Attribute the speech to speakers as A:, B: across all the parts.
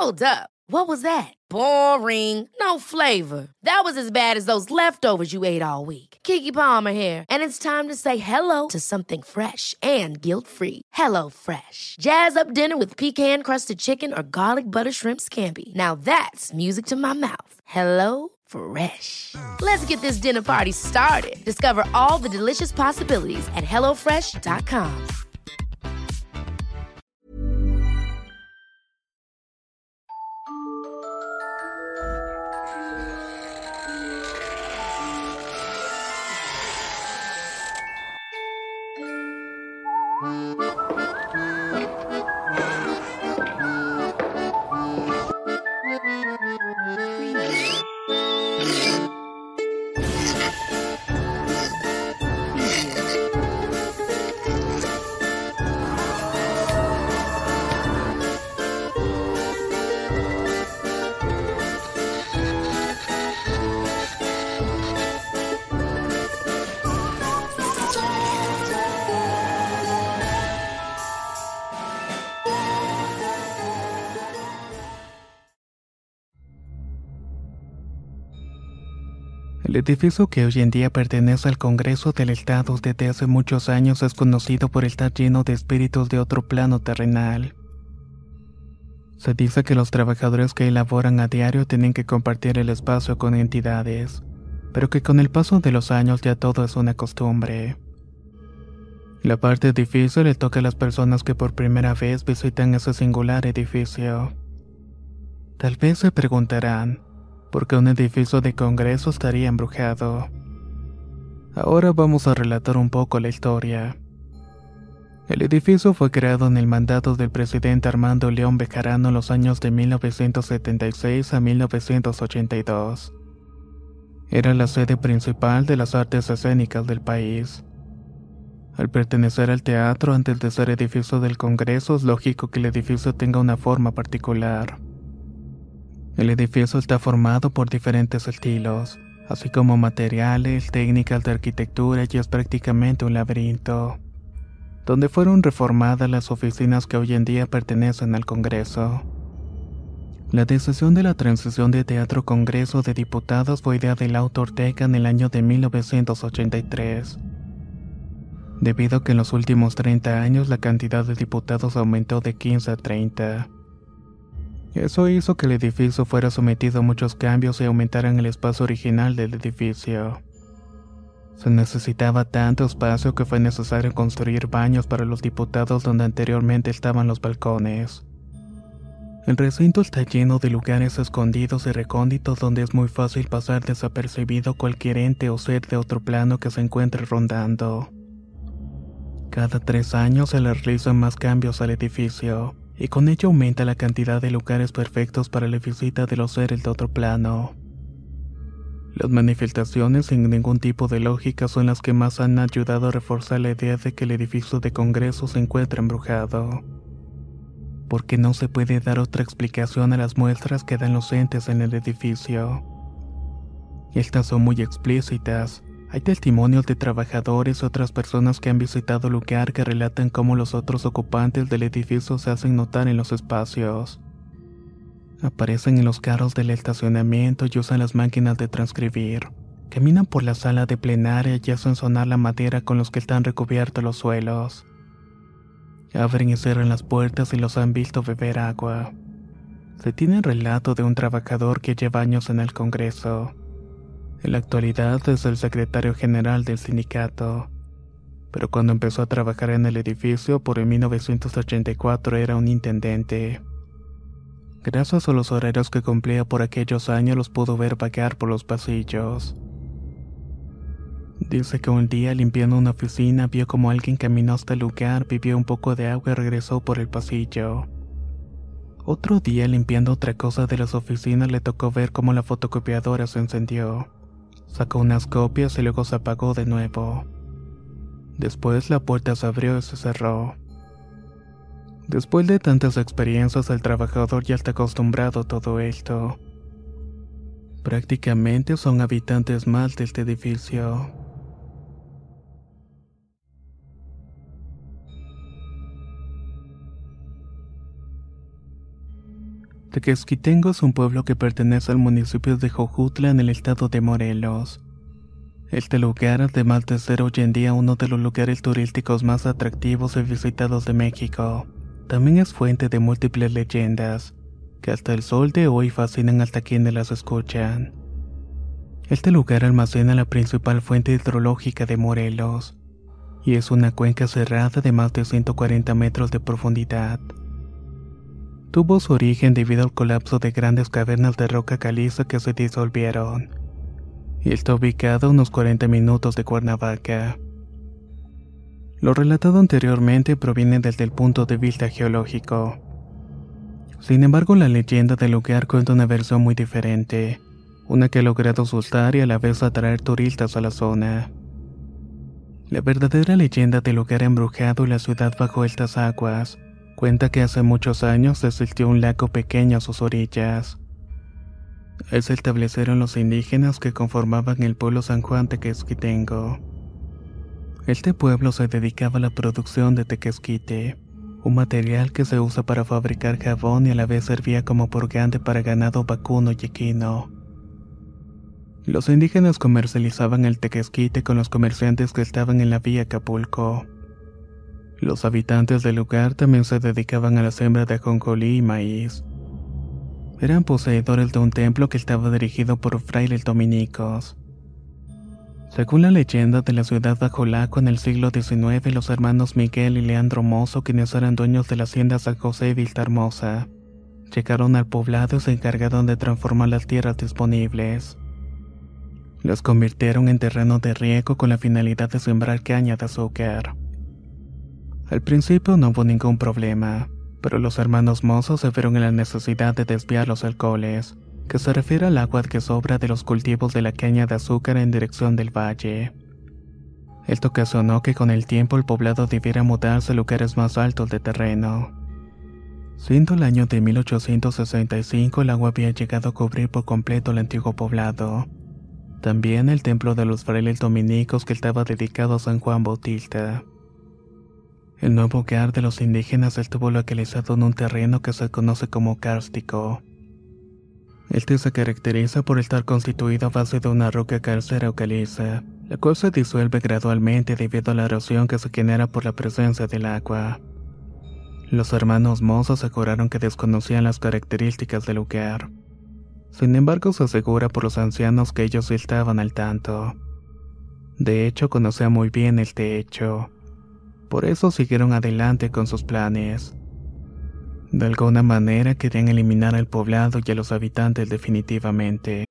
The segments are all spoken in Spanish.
A: Hold up. What was that? Boring. No flavor. That was as bad as those leftovers you ate all week. Keke Palmer here, and it's time to say hello to something fresh and guilt-free. Hello Fresh. Jazz up dinner with pecan-crusted chicken or garlic butter shrimp scampi. Now that's music to my mouth. Hello Fresh. Let's get this dinner party started. Discover all the delicious possibilities at hellofresh.com.
B: El edificio que hoy en día pertenece al Congreso del Estado desde hace muchos años es conocido por estar lleno de espíritus de otro plano terrenal. Se dice que los trabajadores que elaboran a diario tienen que compartir el espacio con entidades, pero que con el paso de los años ya todo es una costumbre. La parte difícil le toca a las personas que por primera vez visitan ese singular edificio. Tal vez se preguntarán, ¿por qué un edificio de Congreso estaría embrujado? Ahora vamos a relatar un poco la historia. El edificio fue creado en el mandato del presidente Armando León Bejarano en los años de 1976 a 1982. Era la sede principal de las artes escénicas del país. Al pertenecer al teatro antes de ser edificio del Congreso, es lógico que el edificio tenga una forma particular. El edificio está formado por diferentes estilos, así como materiales, técnicas de arquitectura y es prácticamente un laberinto, donde fueron reformadas las oficinas que hoy en día pertenecen al Congreso. La decisión de la transición de Teatro Congreso de Diputados fue idea del Lauto Ortega en el año de 1983. Debido a que en los últimos 30 años la cantidad de diputados aumentó de 15 a 30. Eso hizo que el edificio fuera sometido a muchos cambios y aumentaran el espacio original del edificio. Se necesitaba tanto espacio que fue necesario construir baños para los diputados donde anteriormente estaban los balcones. El recinto está lleno de lugares escondidos y recónditos donde es muy fácil pasar desapercibido cualquier ente o ser de otro plano que se encuentre rondando. Cada 3 años se le realizan más cambios al edificio, y con ello aumenta la cantidad de lugares perfectos para la visita de los seres de otro plano. Las manifestaciones sin ningún tipo de lógica son las que más han ayudado a reforzar la idea de que el edificio de Congreso se encuentra embrujado. Porque no se puede dar otra explicación a las muestras que dan los entes en el edificio. Estas son muy explícitas. Hay testimonios de trabajadores y otras personas que han visitado el lugar que relatan cómo los otros ocupantes del edificio se hacen notar en los espacios. Aparecen en los carros del estacionamiento y usan las máquinas de transcribir. Caminan por la sala de plenaria y hacen sonar la madera con los que están recubiertos los suelos. Abren y cierran las puertas y los han visto beber agua. Se tiene el relato de un trabajador que lleva años en el Congreso. En la actualidad es el secretario general del sindicato, pero cuando empezó a trabajar en el edificio por el 1984 era un intendente. Gracias a los horarios que cumplía por aquellos años los pudo ver vagar por los pasillos. Dice que un día limpiando una oficina vio como alguien caminó hasta el lugar, bebió un poco de agua y regresó por el pasillo. Otro día limpiando otra cosa de las oficinas le tocó ver cómo la fotocopiadora se encendió. Sacó unas copias y luego se apagó de nuevo. Después la puerta se abrió y se cerró. Después de tantas experiencias, el trabajador ya está acostumbrado a todo esto. Prácticamente son habitantes más de este edificio. Tequesquitengo es un pueblo que pertenece al municipio de Jojutla en el estado de Morelos. Este lugar, además de ser hoy en día uno de los lugares turísticos más atractivos y visitados de México, también es fuente de múltiples leyendas, que hasta el sol de hoy fascinan hasta quienes las escuchan. Este lugar almacena la principal fuente hidrológica de Morelos, y es una cuenca cerrada de más de 140 metros de profundidad. Tuvo su origen debido al colapso de grandes cavernas de roca caliza que se disolvieron, y está ubicado a unos 40 minutos de Cuernavaca. Lo relatado anteriormente proviene desde el punto de vista geológico. Sin embargo, la leyenda del lugar cuenta una versión muy diferente, una que ha logrado asustar y a la vez atraer turistas a la zona. La verdadera leyenda del lugar embrujado y la ciudad bajo estas aguas cuenta que hace muchos años existió un lago pequeño a sus orillas. Se establecieron los indígenas que conformaban el pueblo San Juan Tequesquitengo. Este pueblo se dedicaba a la producción de tequesquite, un material que se usa para fabricar jabón y a la vez servía como purgante para ganado vacuno y equino. Los indígenas comercializaban el tequesquite con los comerciantes que estaban en la vía Acapulco. Los habitantes del lugar también se dedicaban a la siembra de ajonjolí y maíz. Eran poseedores de un templo que estaba dirigido por frailes dominicos. Según la leyenda de la ciudad bajo el agua en el siglo XIX, los hermanos Miguel y Leandro Mozo, quienes eran dueños de la hacienda San José y Viltahermosa, llegaron al poblado y se encargaron de transformar las tierras disponibles. Las convirtieron en terreno de riego con la finalidad de sembrar caña de azúcar. Al principio no hubo ningún problema, pero los hermanos Mozo se vieron en la necesidad de desviar los alcoholes, que se refiere al agua que sobra de los cultivos de la caña de azúcar en dirección del valle. Esto ocasionó que con el tiempo el poblado debiera mudarse a lugares más altos de terreno. Siendo el año de 1865, el agua había llegado a cubrir por completo el antiguo poblado. También el templo de los frailes dominicos que estaba dedicado a San Juan Bautista. El nuevo hogar de los indígenas estuvo localizado en un terreno que se conoce como kárstico. Este se caracteriza por estar constituido a base de una roca calcárea o caliza, la cual se disuelve gradualmente debido a la erosión que se genera por la presencia del agua. Los hermanos Mozo aseguraron que desconocían las características del lugar. Sin embargo, se asegura por los ancianos que ellos sí estaban al tanto. De hecho, conocían muy bien este hecho. Por eso siguieron adelante con sus planes. De alguna manera querían eliminar al poblado y a los habitantes definitivamente.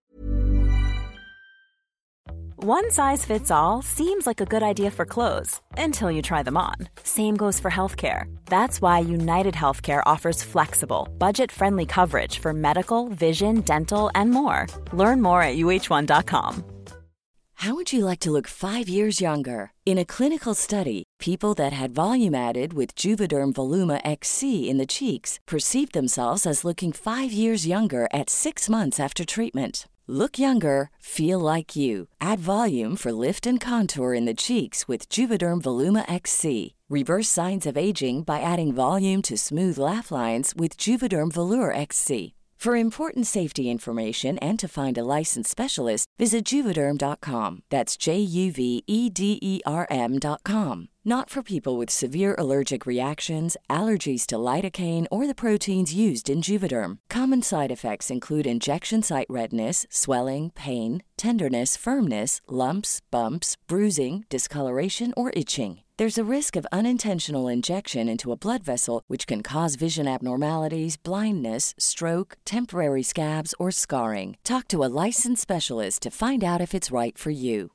C: One size fits all seems like a good idea for clothes until you try them on. Same goes for healthcare. That's why United Healthcare offers flexible, budget-friendly coverage for medical, vision, dental, and more. Learn more at uh1.com.
D: How would you like to look 5 years younger? In a clinical study, people that had volume added with Juvederm Voluma XC in the cheeks perceived themselves as looking 5 years younger at 6 months after treatment. Look younger, feel like you. Add volume for lift and contour in the cheeks with Juvederm Voluma XC. Reverse signs of aging by adding volume to smooth laugh lines with Juvederm Volure XC. For important safety information and to find a licensed specialist, visit Juvederm.com. That's JUVEDERM.com. Not for people with severe allergic reactions, allergies to lidocaine, or the proteins used in Juvederm. Common side effects include injection site redness, swelling, pain, tenderness, firmness, lumps, bumps, bruising, discoloration, or itching. There's a risk of unintentional injection into a blood vessel, which can cause vision abnormalities, blindness, stroke, temporary scabs, or scarring. Talk to a licensed specialist to find out if it's right for you.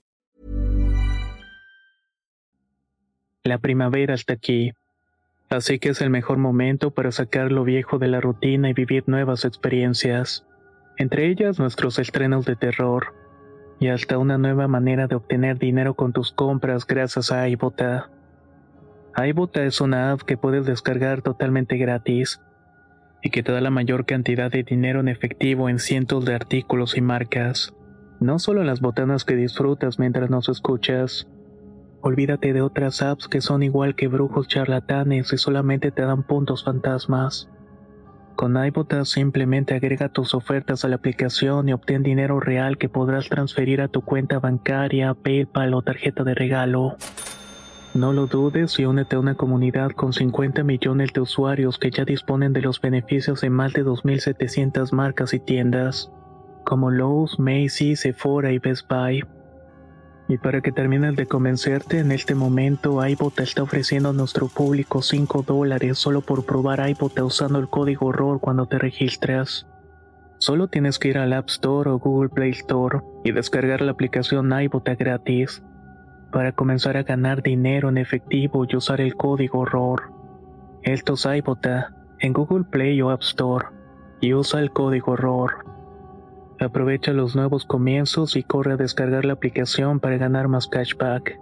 E: La primavera está aquí, así que es el mejor momento para sacar lo viejo de la rutina y vivir nuevas experiencias, entre ellas nuestros estrenos de terror, y hasta una nueva manera de obtener dinero con tus compras gracias a iBota. iBota es una app que puedes descargar totalmente gratis y que te da la mayor cantidad de dinero en efectivo en cientos de artículos y marcas, no solo las botanas que disfrutas mientras nos escuchas. Olvídate de otras apps que son igual que brujos charlatanes y solamente te dan puntos fantasmas. Con iBota simplemente agrega tus ofertas a la aplicación y obtén dinero real que podrás transferir a tu cuenta bancaria, PayPal o tarjeta de regalo. No lo dudes y únete a una comunidad con 50 millones de usuarios que ya disponen de los beneficios de más de 2.700 marcas y tiendas, como Lowe's, Macy's, Sephora y Best Buy. Y para que termines de convencerte, en este momento iBota está ofreciendo a nuestro público $5 solo por probar iBota usando el código ROR cuando te registras. Solo tienes que ir al App Store o Google Play Store y descargar la aplicación iBota gratis para comenzar a ganar dinero en efectivo y usar el código ROR. Esto es iBota en Google Play o App Store y usa el código ROR. Aprovecha los nuevos comienzos y corre a descargar la aplicación para ganar más cashback.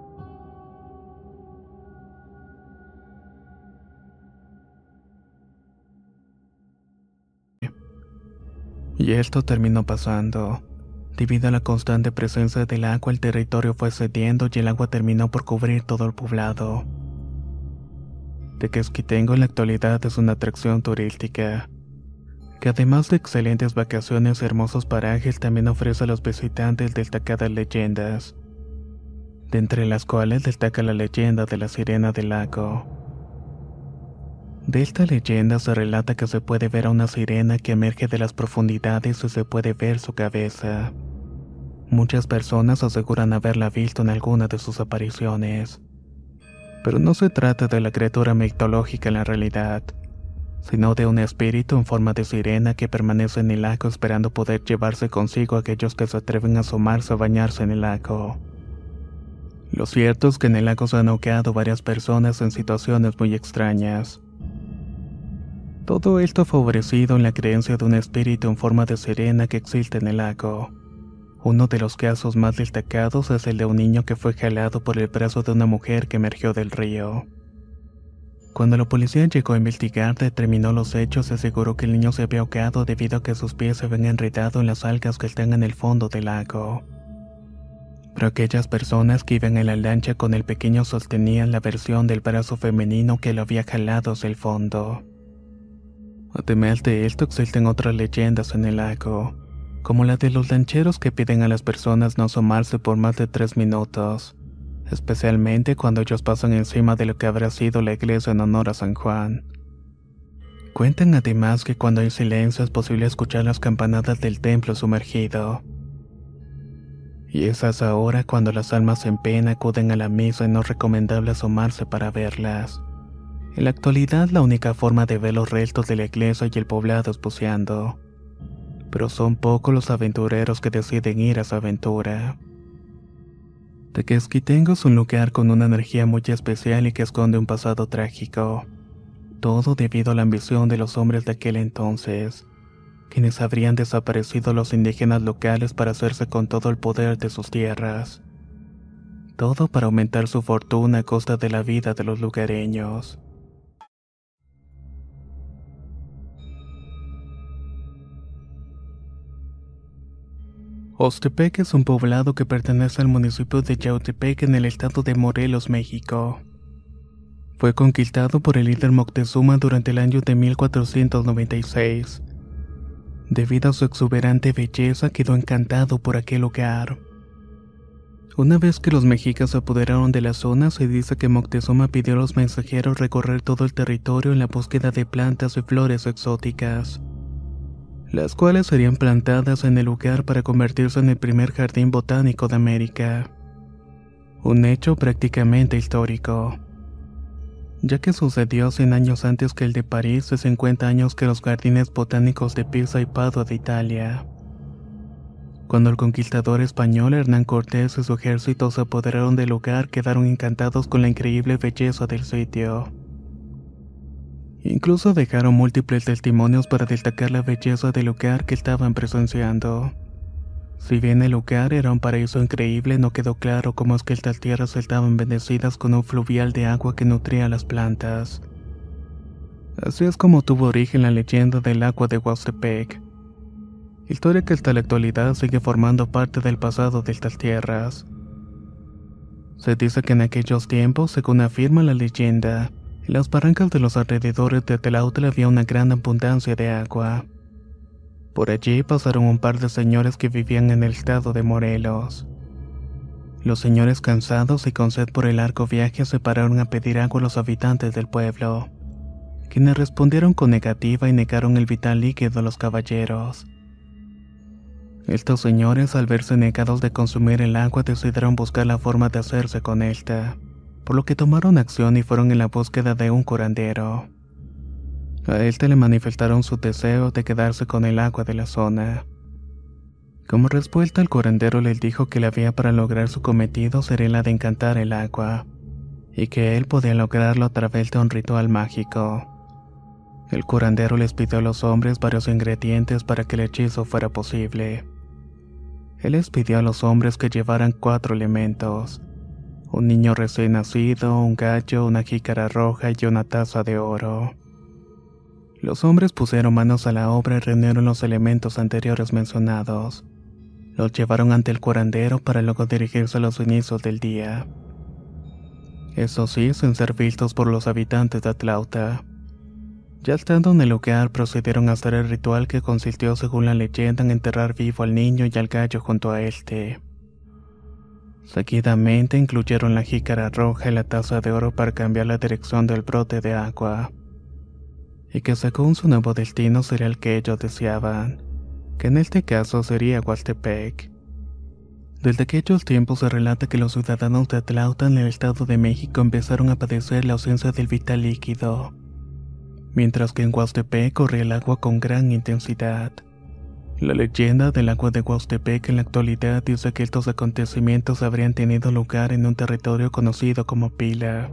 B: Y esto terminó pasando. Debido a la constante presencia del agua, el territorio fue cediendo y el agua terminó por cubrir todo el poblado. Tequesquitengo en la actualidad es una atracción turística, que además de excelentes vacaciones y hermosos parajes, también ofrece a los visitantes destacadas leyendas, de entre las cuales destaca la leyenda de la sirena del lago. De esta leyenda se relata que se puede ver a una sirena que emerge de las profundidades y se puede ver su cabeza. Muchas personas aseguran haberla visto en alguna de sus apariciones. Pero no se trata de la criatura mitológica en la realidad, sino de un espíritu en forma de sirena que permanece en el lago esperando poder llevarse consigo a aquellos que se atreven a asomarse a bañarse en el lago. Lo cierto es que en el lago se han ahogado varias personas en situaciones muy extrañas. Todo esto favorecido en la creencia de un espíritu en forma de sirena que existe en el lago. Uno de los casos más destacados es el de un niño que fue jalado por el brazo de una mujer que emergió del río. Cuando la policía llegó a investigar, determinó los hechos y aseguró que el niño se había ahogado debido a que sus pies se habían enredado en las algas que están en el fondo del lago. Pero aquellas personas que iban en la lancha con el pequeño sostenían la versión del brazo femenino que lo había jalado hacia el fondo. Además de esto, existen otras leyendas en el lago, como la de los lancheros que piden a las personas no asomarse por más de 3 minutos, especialmente cuando ellos pasan encima de lo que habrá sido la iglesia en honor a San Juan. Cuentan además que cuando hay silencio es posible escuchar las campanadas del templo sumergido. Y es a esa hora cuando las almas en pena acuden a la misa y no es recomendable asomarse para verlas. En la actualidad, la única forma de ver los restos de la iglesia y el poblado es buceando. Pero son pocos los aventureros que deciden ir a esa aventura. Tequesquitengo es un lugar con una energía muy especial y que esconde un pasado trágico. Todo debido a la ambición de los hombres de aquel entonces, quienes habrían desaparecido a los indígenas locales para hacerse con todo el poder de sus tierras. Todo para aumentar su fortuna a costa de la vida de los lugareños. Oxtepec es un poblado que pertenece al municipio de Yautepec en el estado de Morelos, México. Fue conquistado por el líder Moctezuma durante el año de 1496. Debido a su exuberante belleza, quedó encantado por aquel lugar. Una vez que los mexicas se apoderaron de la zona, se dice que Moctezuma pidió a los mensajeros recorrer todo el territorio en la búsqueda de plantas y flores exóticas, las cuales serían plantadas en el lugar para convertirse en el primer jardín botánico de América. Un hecho prácticamente histórico, ya que sucedió 100 años antes que el de París y 50 años que los jardines botánicos de Pisa y Padua de Italia. Cuando el conquistador español Hernán Cortés y su ejército se apoderaron del lugar, quedaron encantados con la increíble belleza del sitio. Incluso dejaron múltiples testimonios para destacar la belleza del lugar que estaban presenciando. Si bien el lugar era un paraíso increíble, no quedó claro cómo es que estas tierras estaban bendecidas con un fluvial de agua que nutría las plantas. Así es como tuvo origen la leyenda del agua de Oaxtepec, historia que hasta la actualidad sigue formando parte del pasado de estas tierras. Se dice que en aquellos tiempos, según afirma la leyenda, En las barrancas de los alrededores de Tlautla había una gran abundancia de agua. Por allí pasaron un par de señores que vivían en el estado de Morelos. Los señores, cansados y con sed por el largo viaje, se pararon a pedir agua a los habitantes del pueblo, quienes respondieron con negativa y negaron el vital líquido a los caballeros. Estos señores, al verse negados de consumir el agua, decidieron buscar la forma de hacerse con esta, por lo que tomaron acción y fueron en la búsqueda de un curandero. A este le manifestaron su deseo de quedarse con el agua de la zona. Como respuesta, el curandero les dijo que la vía para lograr su cometido sería la de encantar el agua, y que él podía lograrlo a través de un ritual mágico. El curandero les pidió a los hombres varios ingredientes para que el hechizo fuera posible. Él les pidió a los hombres que llevaran 4 elementos: un niño recién nacido, un gallo, una jícara roja y una taza de oro. Los hombres pusieron manos a la obra y reunieron los elementos anteriores mencionados. Los llevaron ante el curandero para luego dirigirse a los inicios del día. Eso sí, sin ser vistos por los habitantes de Tlautla. Ya estando en el lugar, procedieron a hacer el ritual que consistió, según la leyenda, en enterrar vivo al niño y al gallo junto a este. Seguidamente incluyeron la jícara roja y la taza de oro para cambiar la dirección del brote de agua, y que según su nuevo destino sería el que ellos deseaban, que en este caso sería Huastepec. Desde aquellos tiempos se relata que los ciudadanos de Tlautla en el Estado de México empezaron a padecer la ausencia del vital líquido, mientras que en Huastepec corría el agua con gran intensidad. La leyenda del agua de Huastepec en la actualidad dice que estos acontecimientos habrían tenido lugar en un territorio conocido como Pila,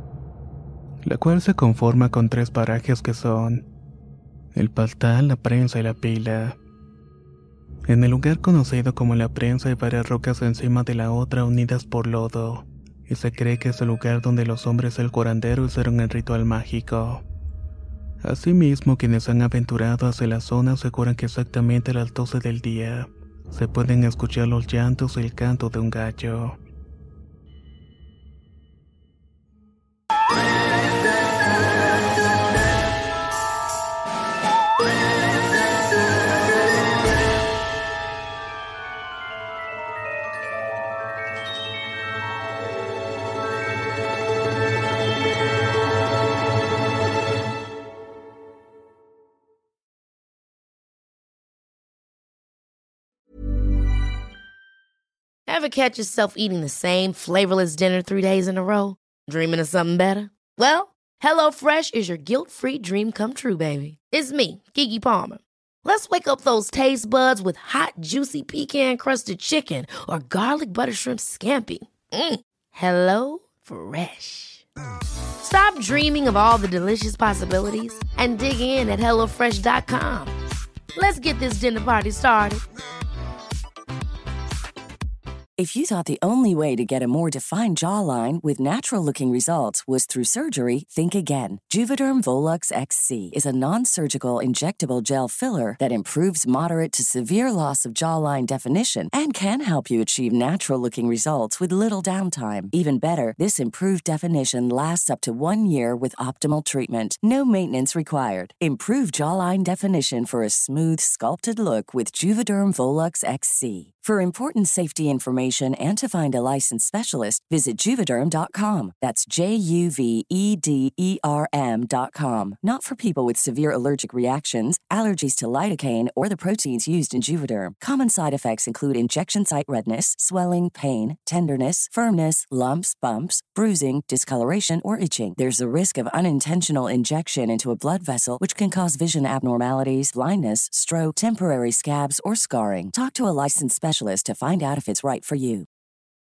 B: la cual se conforma con 3 parajes que son el Paltal, la Prensa y la Pila. En el lugar conocido como la Prensa hay varias rocas encima de la otra unidas por lodo, y se cree que es el lugar donde los hombres del curandero hicieron el ritual mágico. Asimismo, quienes han aventurado hacia la zona aseguran que exactamente a las 12 del día se pueden escuchar los llantos y el canto de un gallo.
A: Ever catch yourself eating the same flavorless dinner 3 days in a row? Dreaming of something better? Well, HelloFresh is your guilt-free dream come true, baby. It's me, Keke Palmer. Let's wake up those taste buds with hot, juicy pecan-crusted chicken or garlic butter shrimp scampi. Hello Fresh. Stop dreaming of all the delicious possibilities and dig in at HelloFresh.com. Let's get this dinner party started.
D: If you thought the only way to get a more defined jawline with natural-looking results was through surgery, think again. Juvederm Volux XC is a non-surgical injectable gel filler that improves moderate to severe loss of jawline definition and can help you achieve natural-looking results with little downtime. Even better, this improved definition lasts up to 1 year with optimal treatment. No maintenance required. Improve jawline definition for a smooth, sculpted look with Juvederm Volux XC. For important safety information and to find a licensed specialist, visit Juvederm.com. That's JUVEDERM.com. Not for people with severe allergic reactions, allergies to lidocaine, or the proteins used in Juvederm. Common side effects include injection site redness, swelling, pain, tenderness, firmness, lumps, bumps, bruising, discoloration, or itching. There's a risk of unintentional injection into a blood vessel, which can cause vision abnormalities, blindness, stroke, temporary scabs, or scarring. Talk to a licensed specialist to find out if it's right for you.